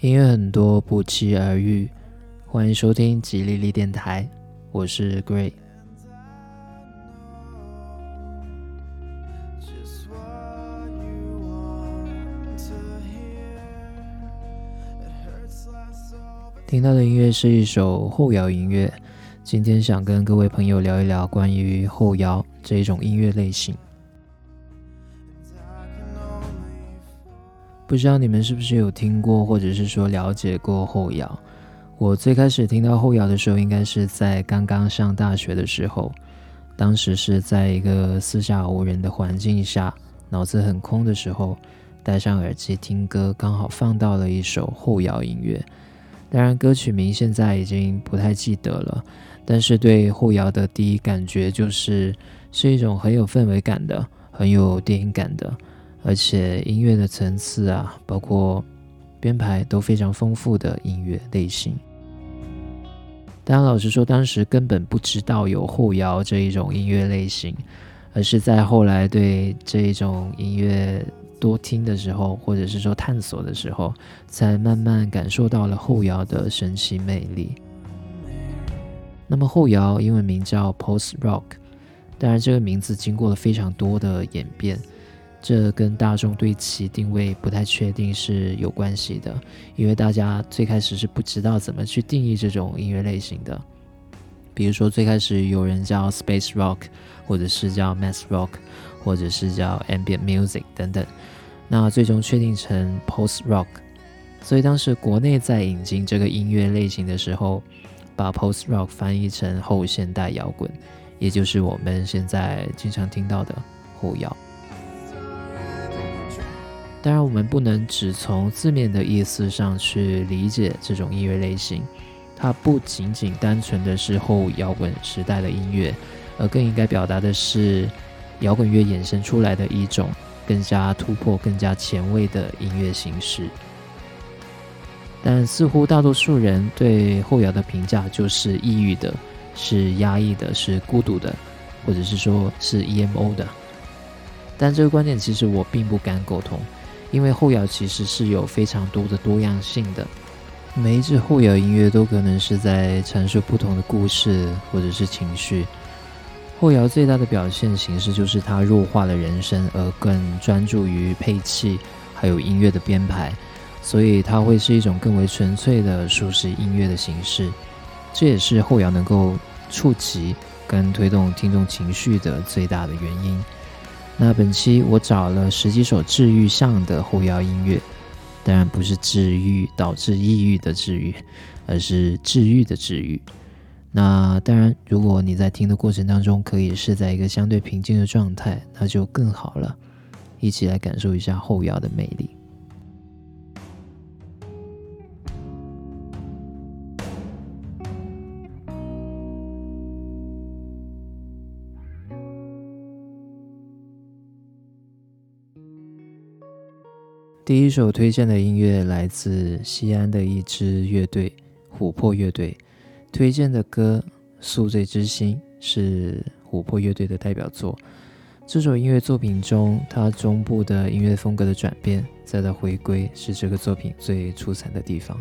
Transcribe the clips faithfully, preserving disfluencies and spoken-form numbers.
音乐很多，不期而遇。欢迎收听吉利利电台，我是 Gray。听到的音乐是一首后摇音乐，今天想跟各位朋友聊一聊关于后摇这一种音乐类型。不知道你们是不是有听过或者是说了解过后摇。我最开始听到后摇的时候应该是在刚刚上大学的时候，当时是在一个四下无人的环境下，脑子很空的时候，戴上耳机听歌，刚好放到了一首后摇音乐。当然歌曲名现在已经不太记得了，但是对后摇的第一感觉就是是一种很有氛围感的，很有电影感的，而且音乐的层次啊，包括编排都非常丰富的音乐类型。当然老实说，当时根本不知道有后摇这一种音乐类型，而是在后来对这一种音乐多听的时候，或者是说探索的时候，才慢慢感受到了后摇的神奇魅力。那么后摇英文名叫 Post Rock， 当然这个名字经过了非常多的演变，这跟大众对其定位不太确定是有关系的，因为大家最开始是不知道怎么去定义这种音乐类型的。比如说最开始有人叫 Space Rock， 或者是叫 Math Rock， 或者是叫 Ambient Music 等等，那最终确定成 Post Rock。 所以当时国内在引进这个音乐类型的时候，把 Post Rock 翻译成后现代摇滚，也就是我们现在经常听到的后摇。当然我们不能只从字面的意思上去理解这种音乐类型，它不仅仅单纯的是后摇滚时代的音乐，而更应该表达的是摇滚乐衍生出来的一种更加突破更加前卫的音乐形式。但似乎大多数人对后摇的评价就是抑郁的，是压抑的，是孤独的，或者是说是 E M O 的。但这个观点其实我并不敢苟同，因为后摇其实是有非常多的多样性的，每一支后摇音乐都可能是在阐述不同的故事或者是情绪。后摇最大的表现形式就是它弱化了人声，而更专注于配器还有音乐的编排，所以它会是一种更为纯粹的抒释音乐的形式。这也是后摇能够触及跟推动听众情绪的最大的原因。那本期我找了十几首治愈向的后摇音乐，当然不是治愈导致抑郁的治愈，而是治愈的治愈。那当然如果你在听的过程当中可以是在一个相对平静的状态，那就更好了。一起来感受一下后摇的魅力。第一首推荐的音乐来自西安的一支乐队琥珀乐队，推荐的歌《宿醉之心》是琥珀乐队的代表作。这首音乐作品中，它中部的音乐风格的转变再到回归，是这个作品最出彩的地方。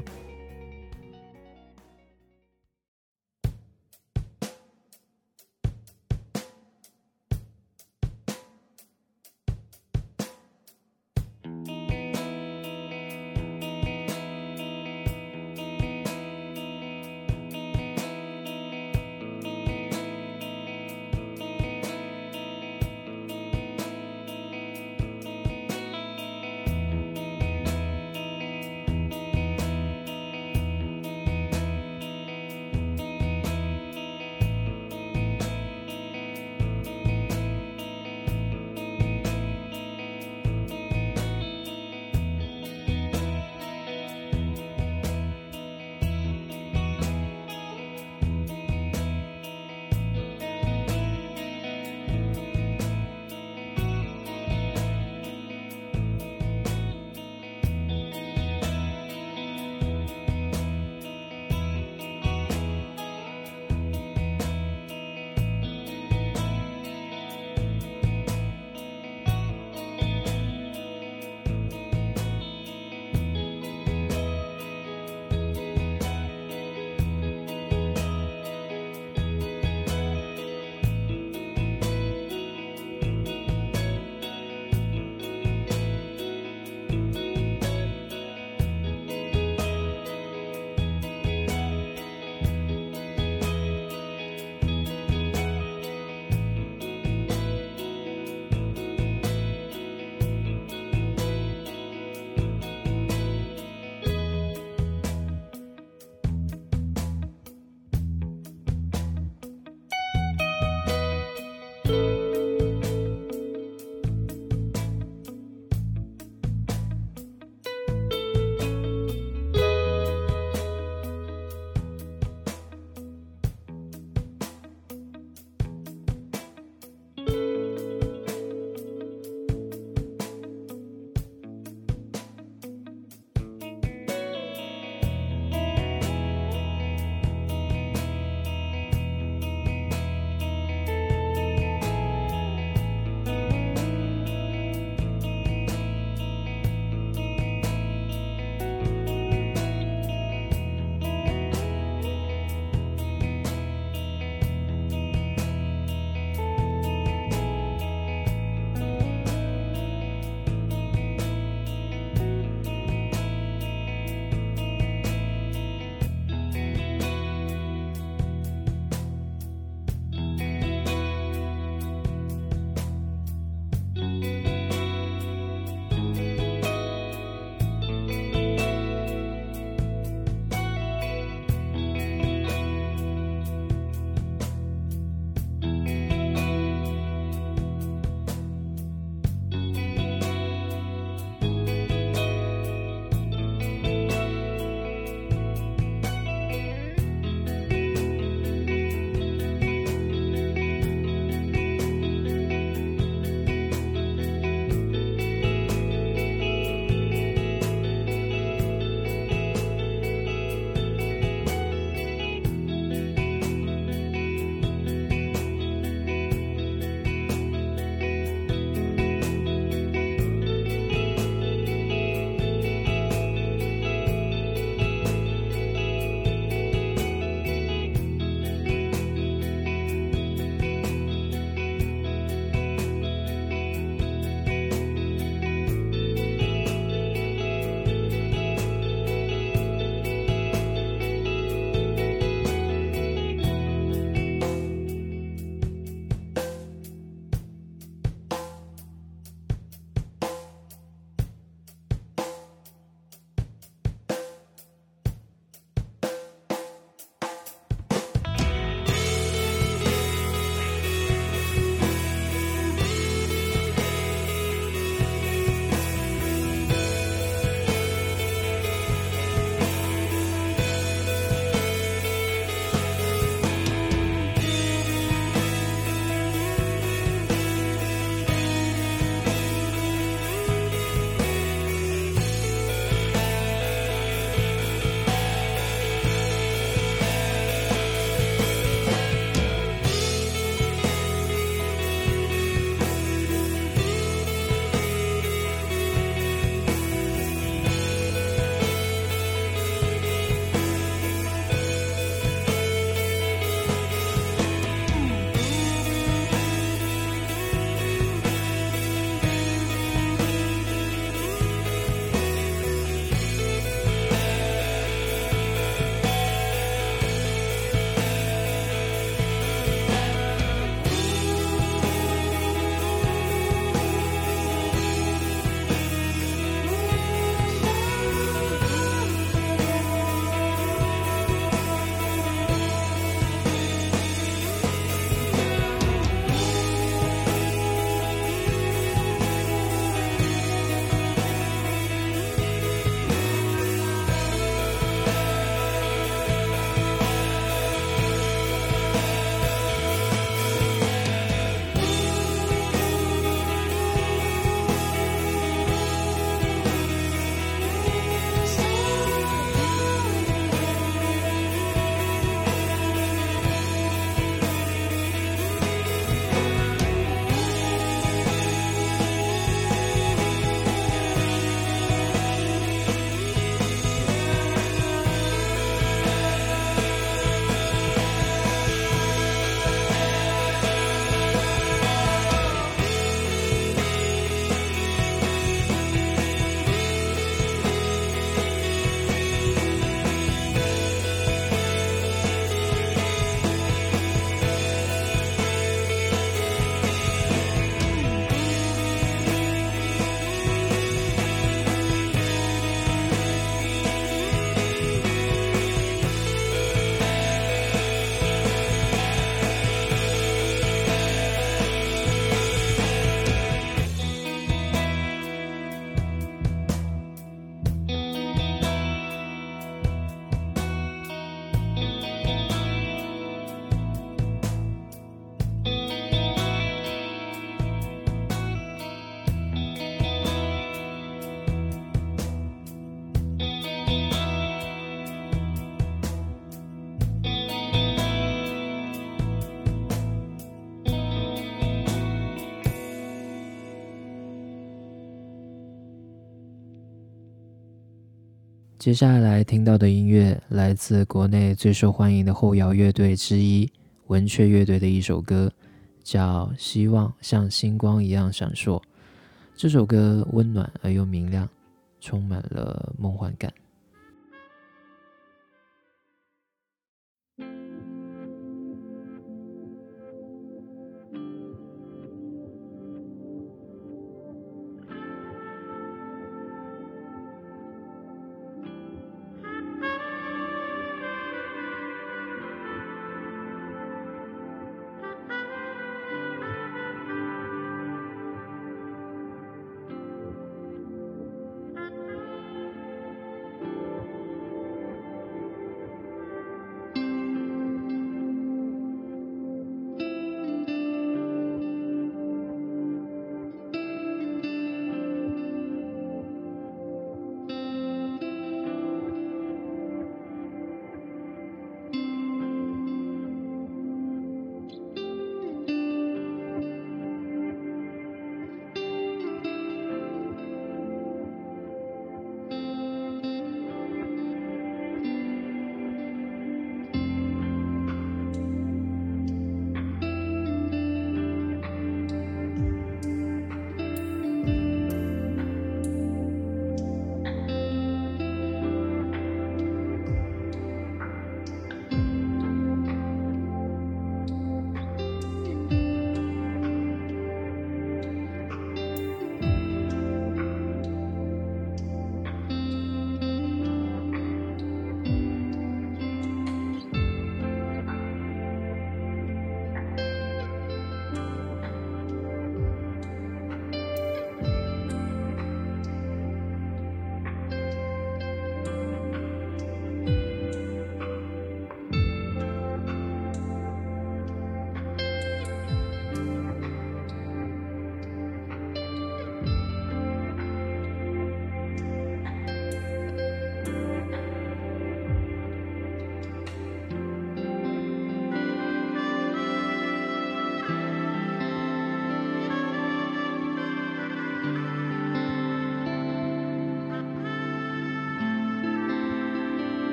接下来听到的音乐来自国内最受欢迎的后摇乐队之一文雀乐队的一首歌，叫《希望像星光一样闪烁》。这首歌温暖而又明亮，充满了梦幻感。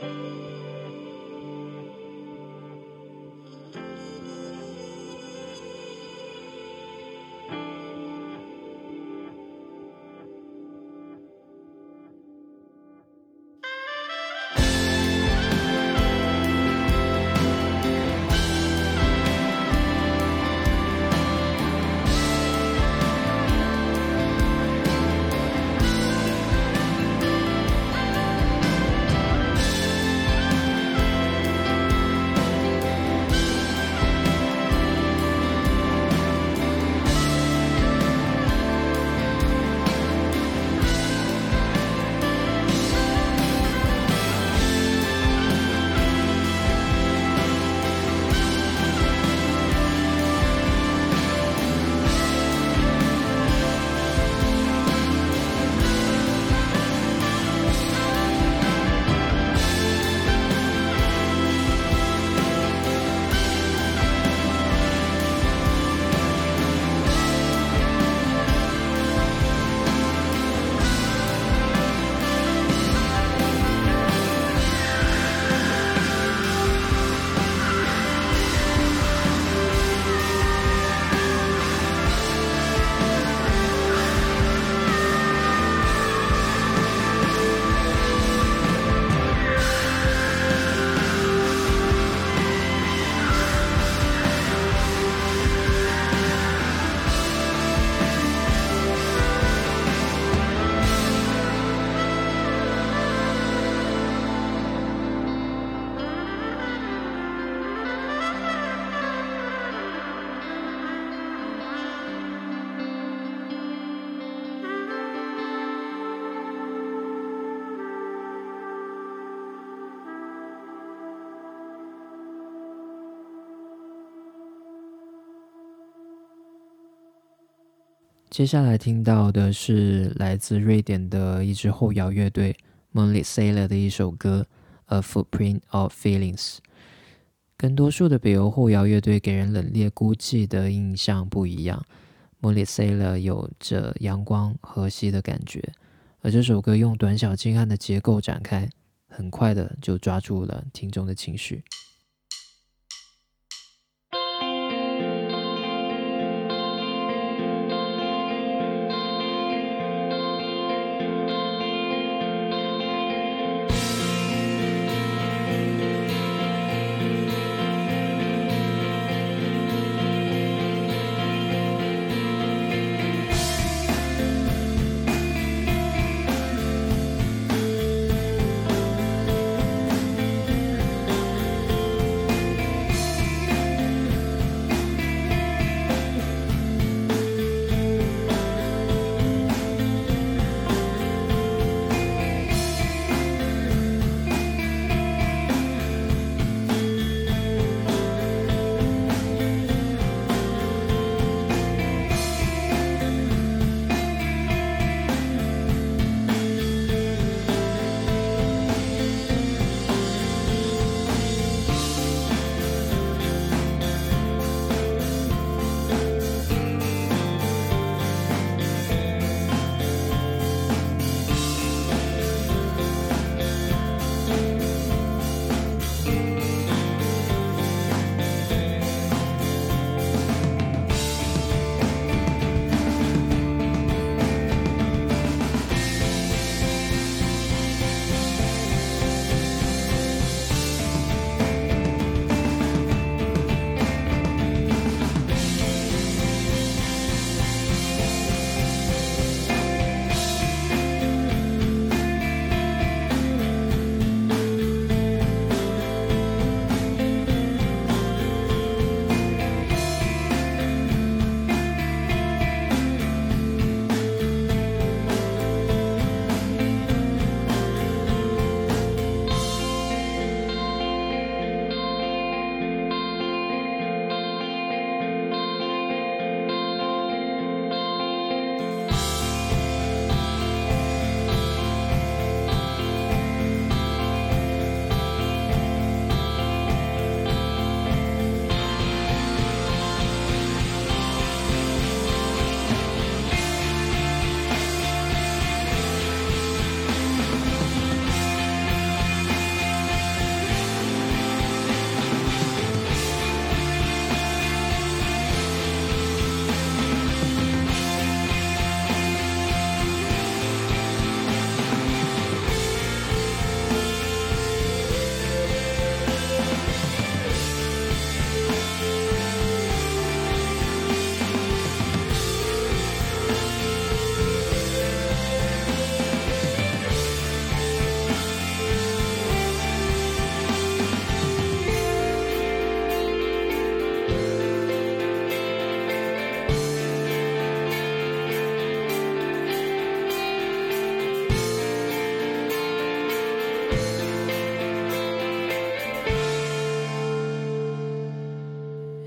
接下来听到的是来自瑞典的一支后摇乐队 Moonlit Sailor 的一首歌 A Footprint of Feelings。 跟多数的北欧后摇乐队给人冷冽孤寂的印象不一样， Moonlit Sailor 有着阳光和煦的感觉，而这首歌用短小精悍的结构展开，很快的就抓住了听众的情绪。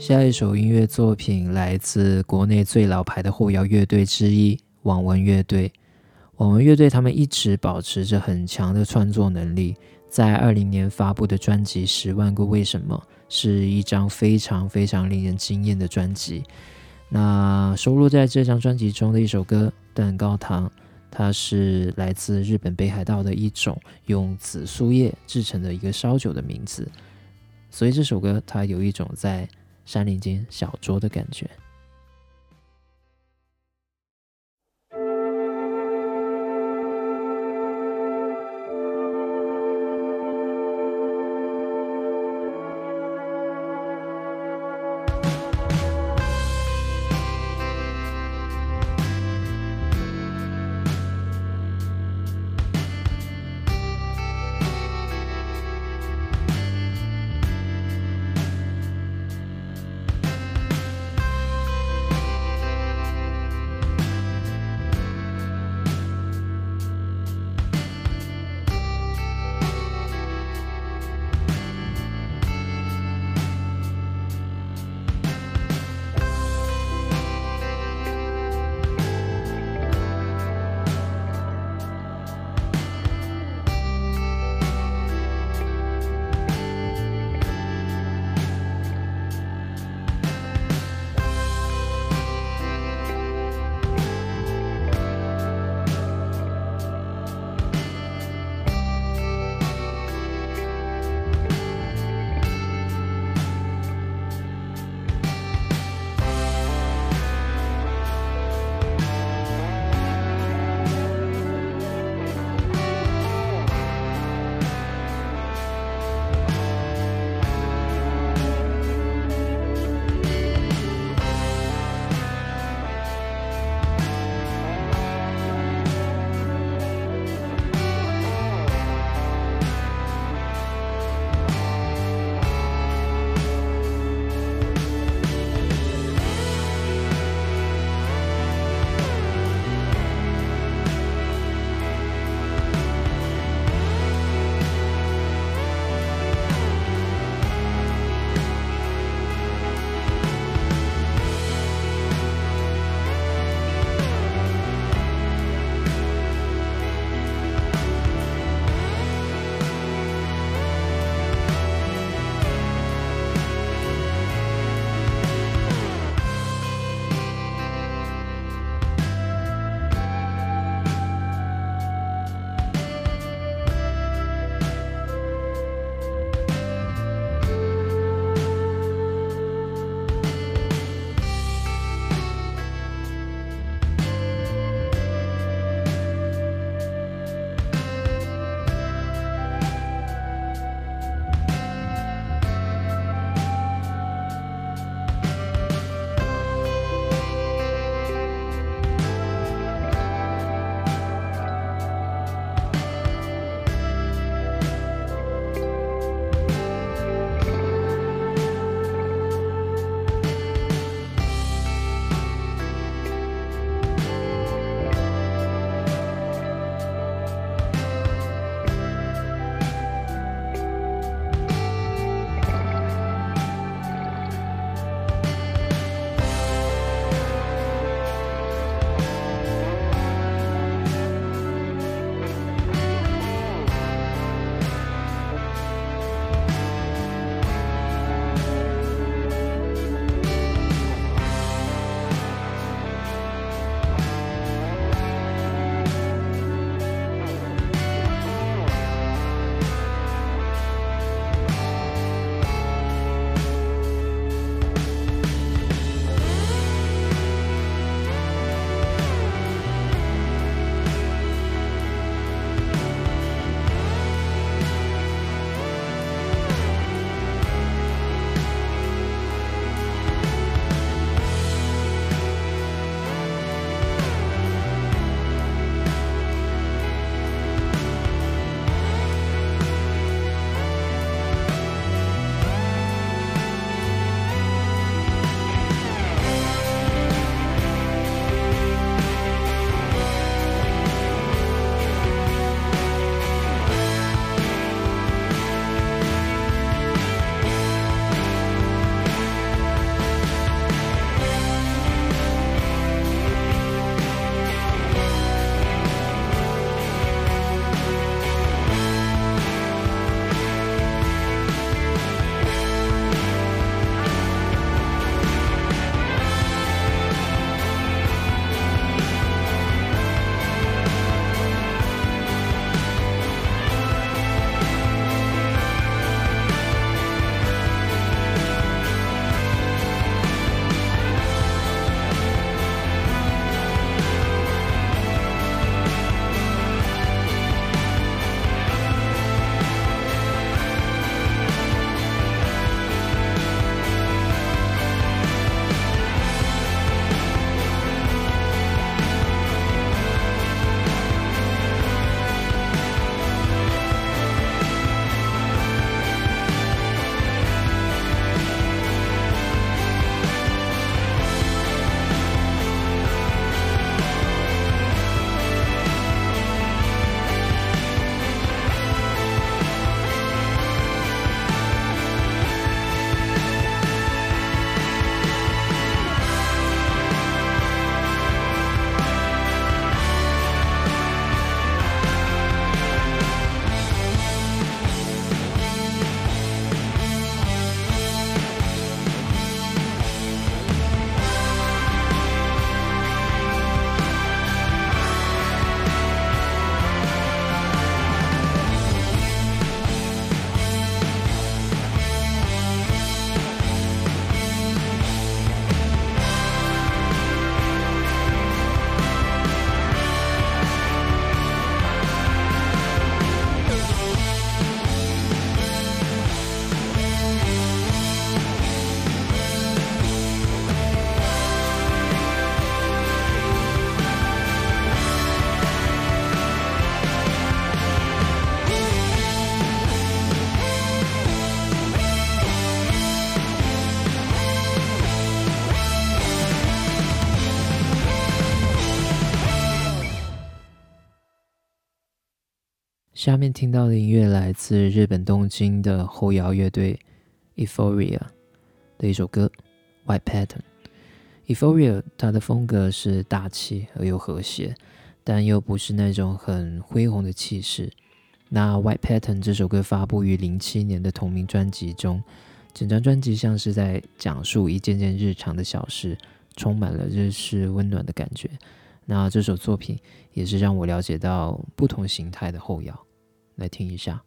下一首音乐作品来自国内最老牌的后摇乐队之一网文乐队。网文乐队他们一直保持着很强的创作能力，在二零年发布的专辑《十万个为什么》是一张非常非常令人惊艳的专辑。那收录在这张专辑中的一首歌《蛋糕糖》，它是来自日本北海道的一种用紫苏叶制成的一个烧酒的名字，所以这首歌它有一种在山林间小酌的感觉。 下面听到的音乐来自日本东京的后摇乐队 Euphoria 的一首歌 White Pattern。Euphoria 它的风格是大气而又和谐，但又不是那种很恢宏的气势。那 White Pattern 这首歌发布于零七年的同名专辑中，整张专辑像是在讲述一件件日常的小事，充满了日式温暖的感觉。那这首作品也是让我了解到不同形态的后摇，来听一下。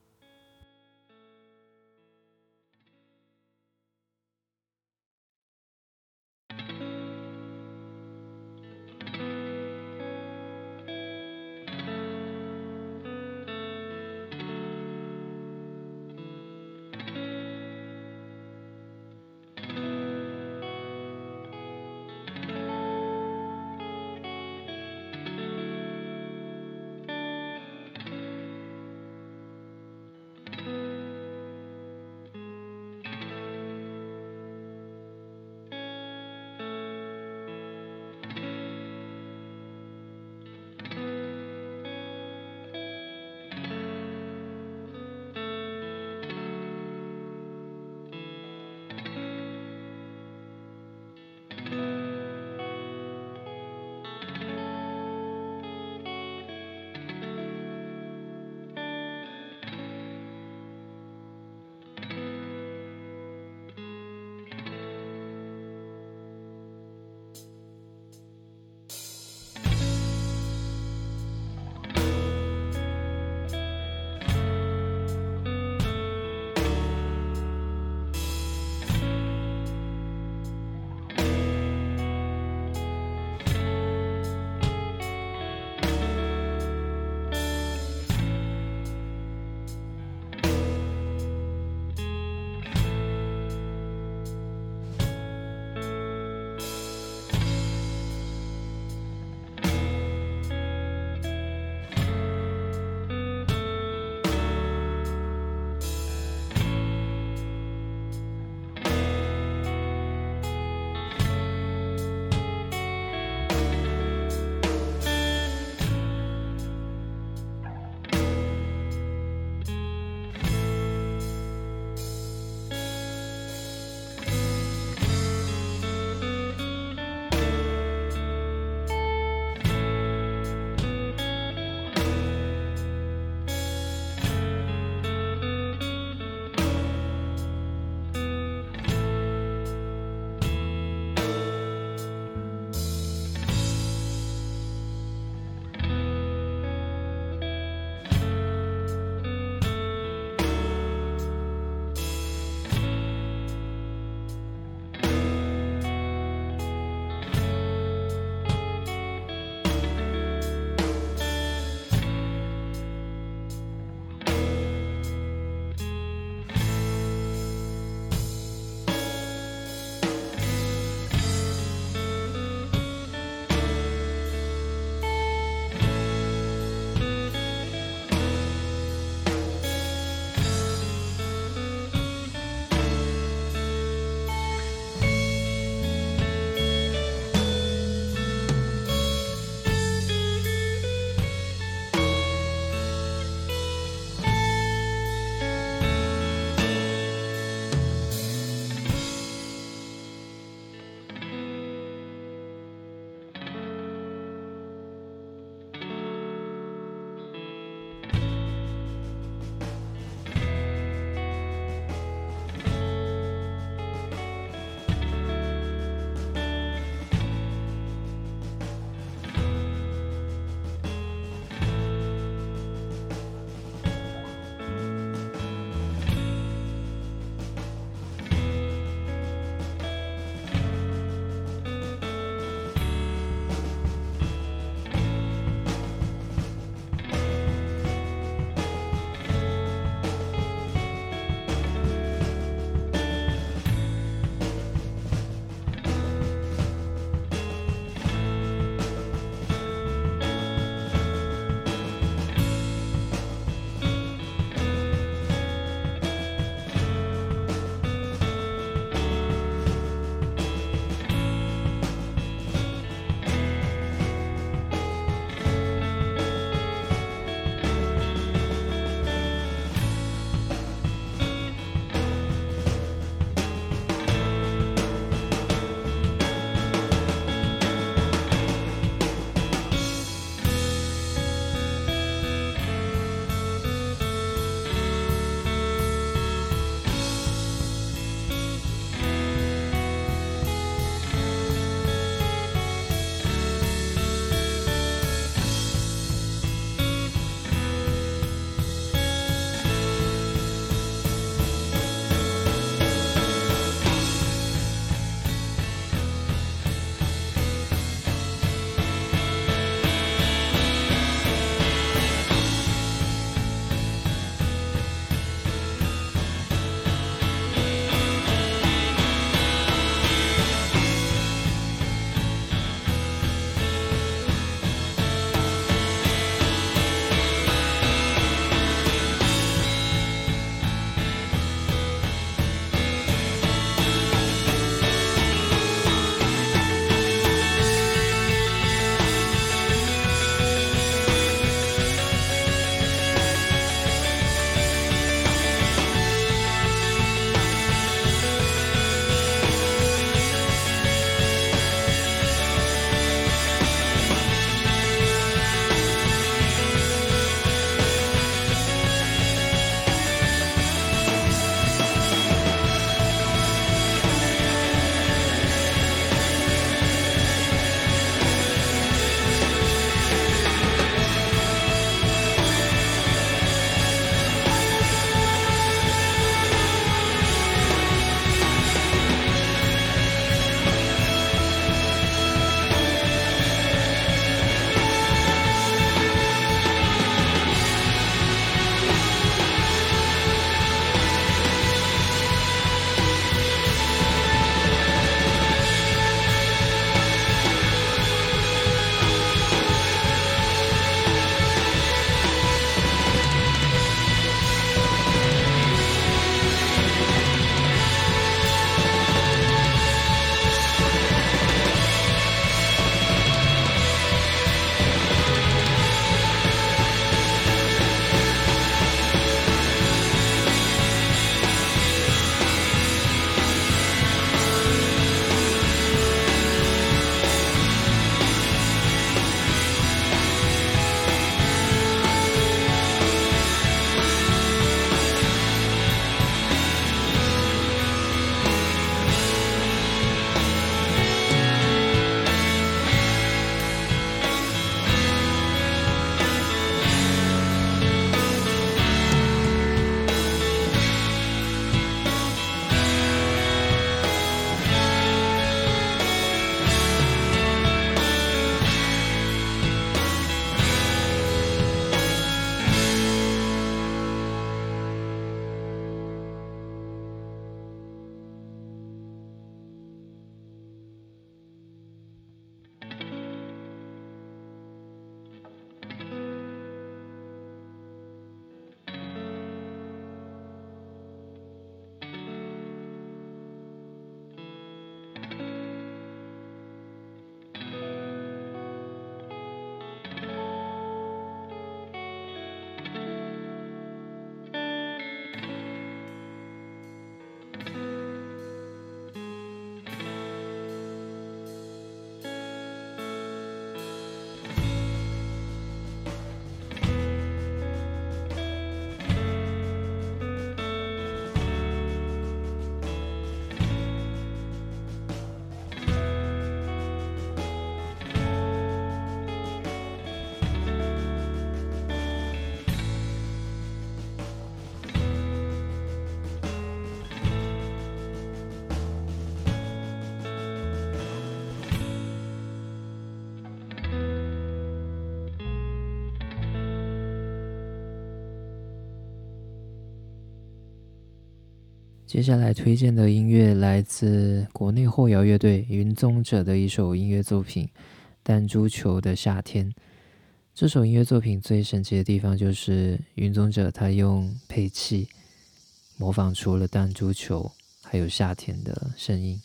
接下来推荐的音乐来自国内后摇乐队云宗者的一首音乐作品《弹珠球的夏天》。这首音乐作品最神奇的地方就是云宗者他用配器模仿出了弹珠球还有夏天的声音。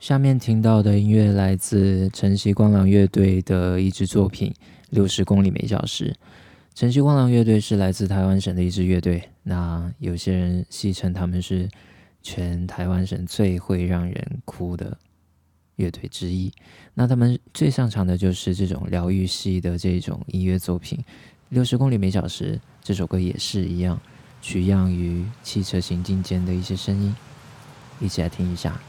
下面听到的音乐来自晨曦光廊乐队的一支作品《六十公里每小时》。晨曦光廊乐队是来自台湾省的一支乐队，那有些人戏称他们是全台湾省最会让人哭的乐队之一。那他们最擅长的就是这种疗愈系的这种音乐作品。六十公里每小时这首歌也是一样，取样于汽车行进间的一些声音，一起来听一下。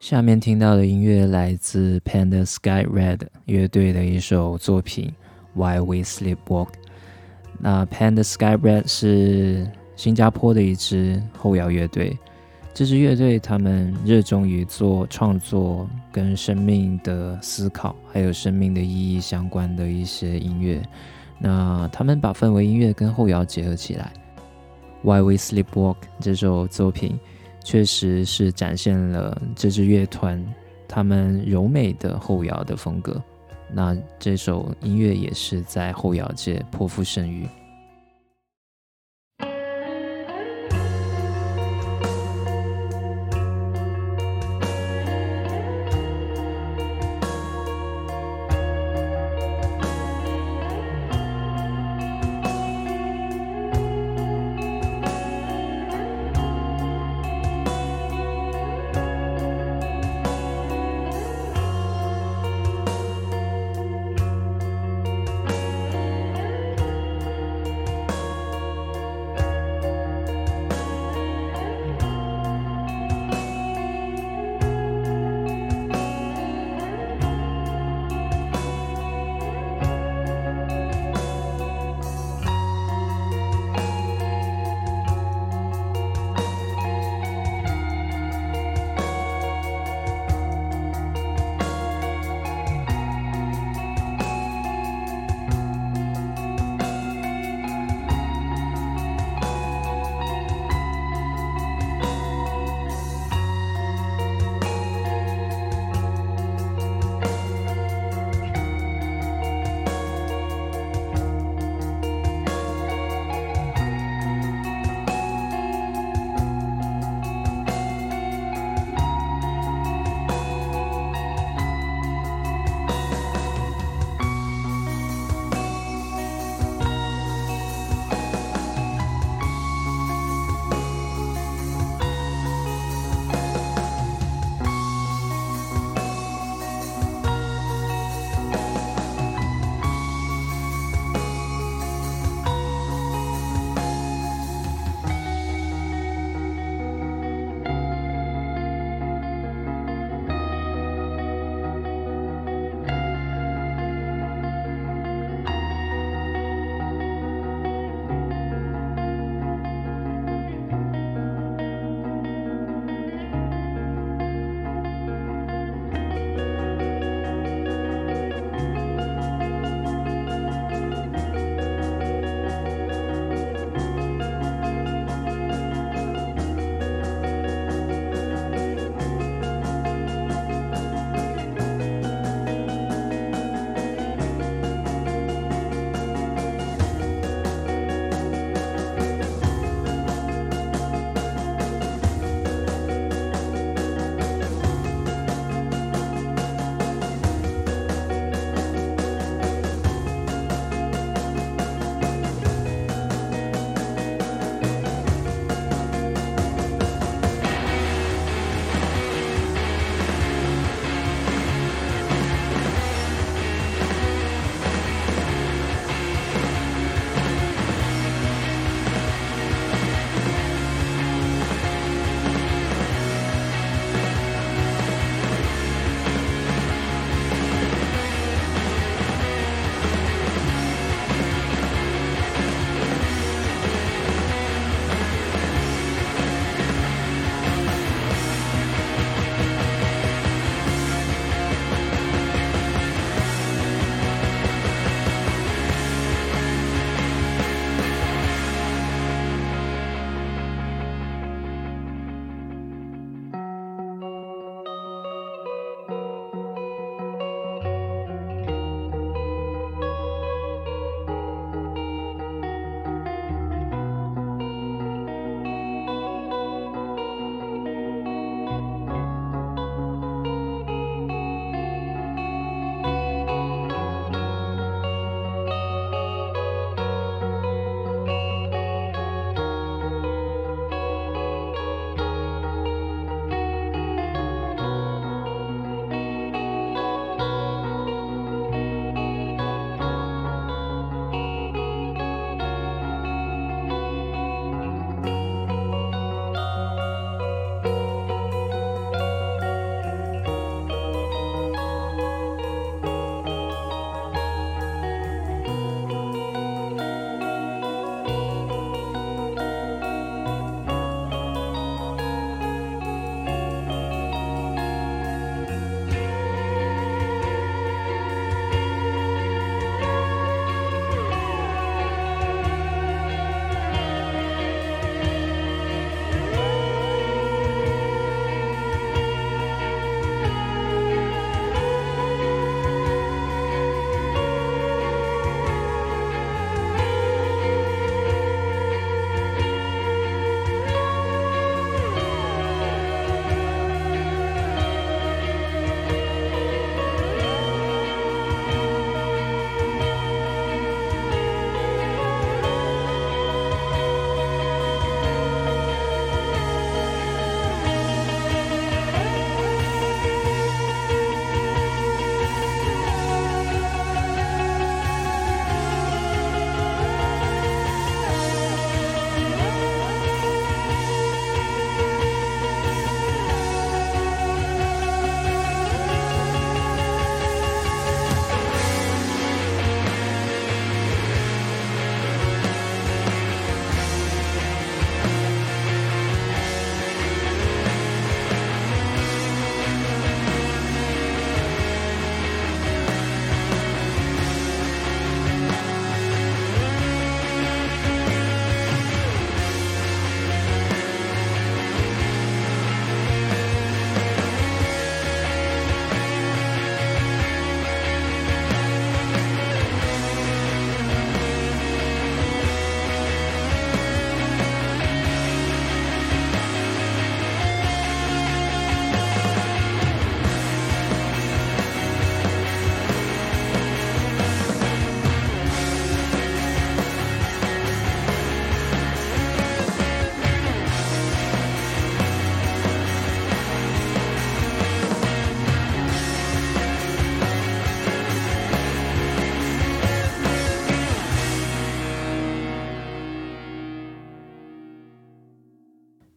下面听到的音乐来自 Pan the Sky Red 乐队的一首作品 While We Sleepwalk。 那 Pan the Sky Red 是新加坡的一支后摇乐队，这支乐队他们热衷于做创作跟生命的思考还有生命的意义相关的一些音乐，那他们把氛围音乐跟后摇结合起来。 While We Sleepwalk 这首作品确实是展现了这支乐团他们柔美的后摇的风格，那这首音乐也是在后摇界颇负盛誉。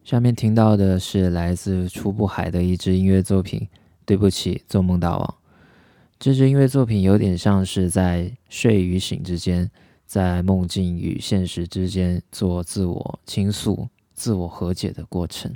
下面听到的是来自初步海的一支音乐作品，对不起，做梦大王。这支音乐作品有点像是在睡与醒之间，在梦境与现实之间做自我倾诉、自我和解的过程。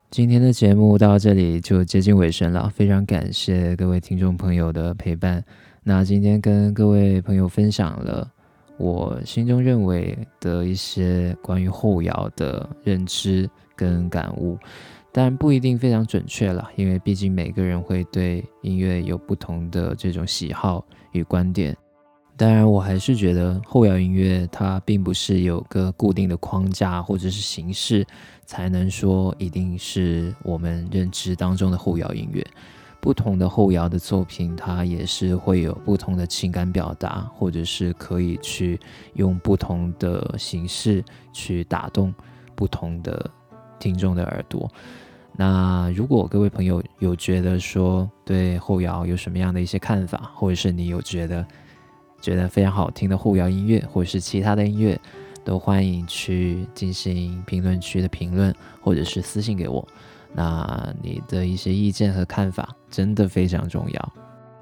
今天的节目到这里就接近尾声了，非常感谢各位听众朋友的陪伴。那今天跟各位朋友分享了我心中认为的一些关于后摇的认知跟感悟，但不一定非常准确啦，因为毕竟每个人会对音乐有不同的这种喜好与观点。当然我还是觉得后摇音乐它并不是有个固定的框架或者是形式才能说一定是我们认知当中的后摇音乐。不同的后摇的作品它也是会有不同的情感表达，或者是可以去用不同的形式去打动不同的听众的耳朵。那如果各位朋友有觉得说对后摇有什么样的一些看法，或者是你有觉得觉得非常好听的后摇音乐或者是其他的音乐，都欢迎去进行评论区的评论或者是私信给我。那你的一些意见和看法真的非常重要。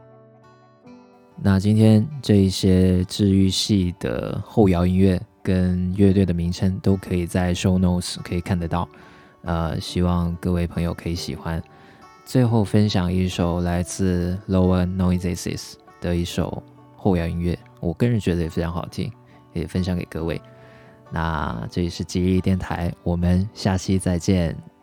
那今天这一些治愈系的后摇音乐跟乐队的名称都可以在 show notes 可以看得到，呃，希望各位朋友可以喜欢。最后分享一首来自 Lower Noises 的一首后摇音乐，我个人觉得也非常好听，也分享给各位。那这里是吉利电台，我们下期再见。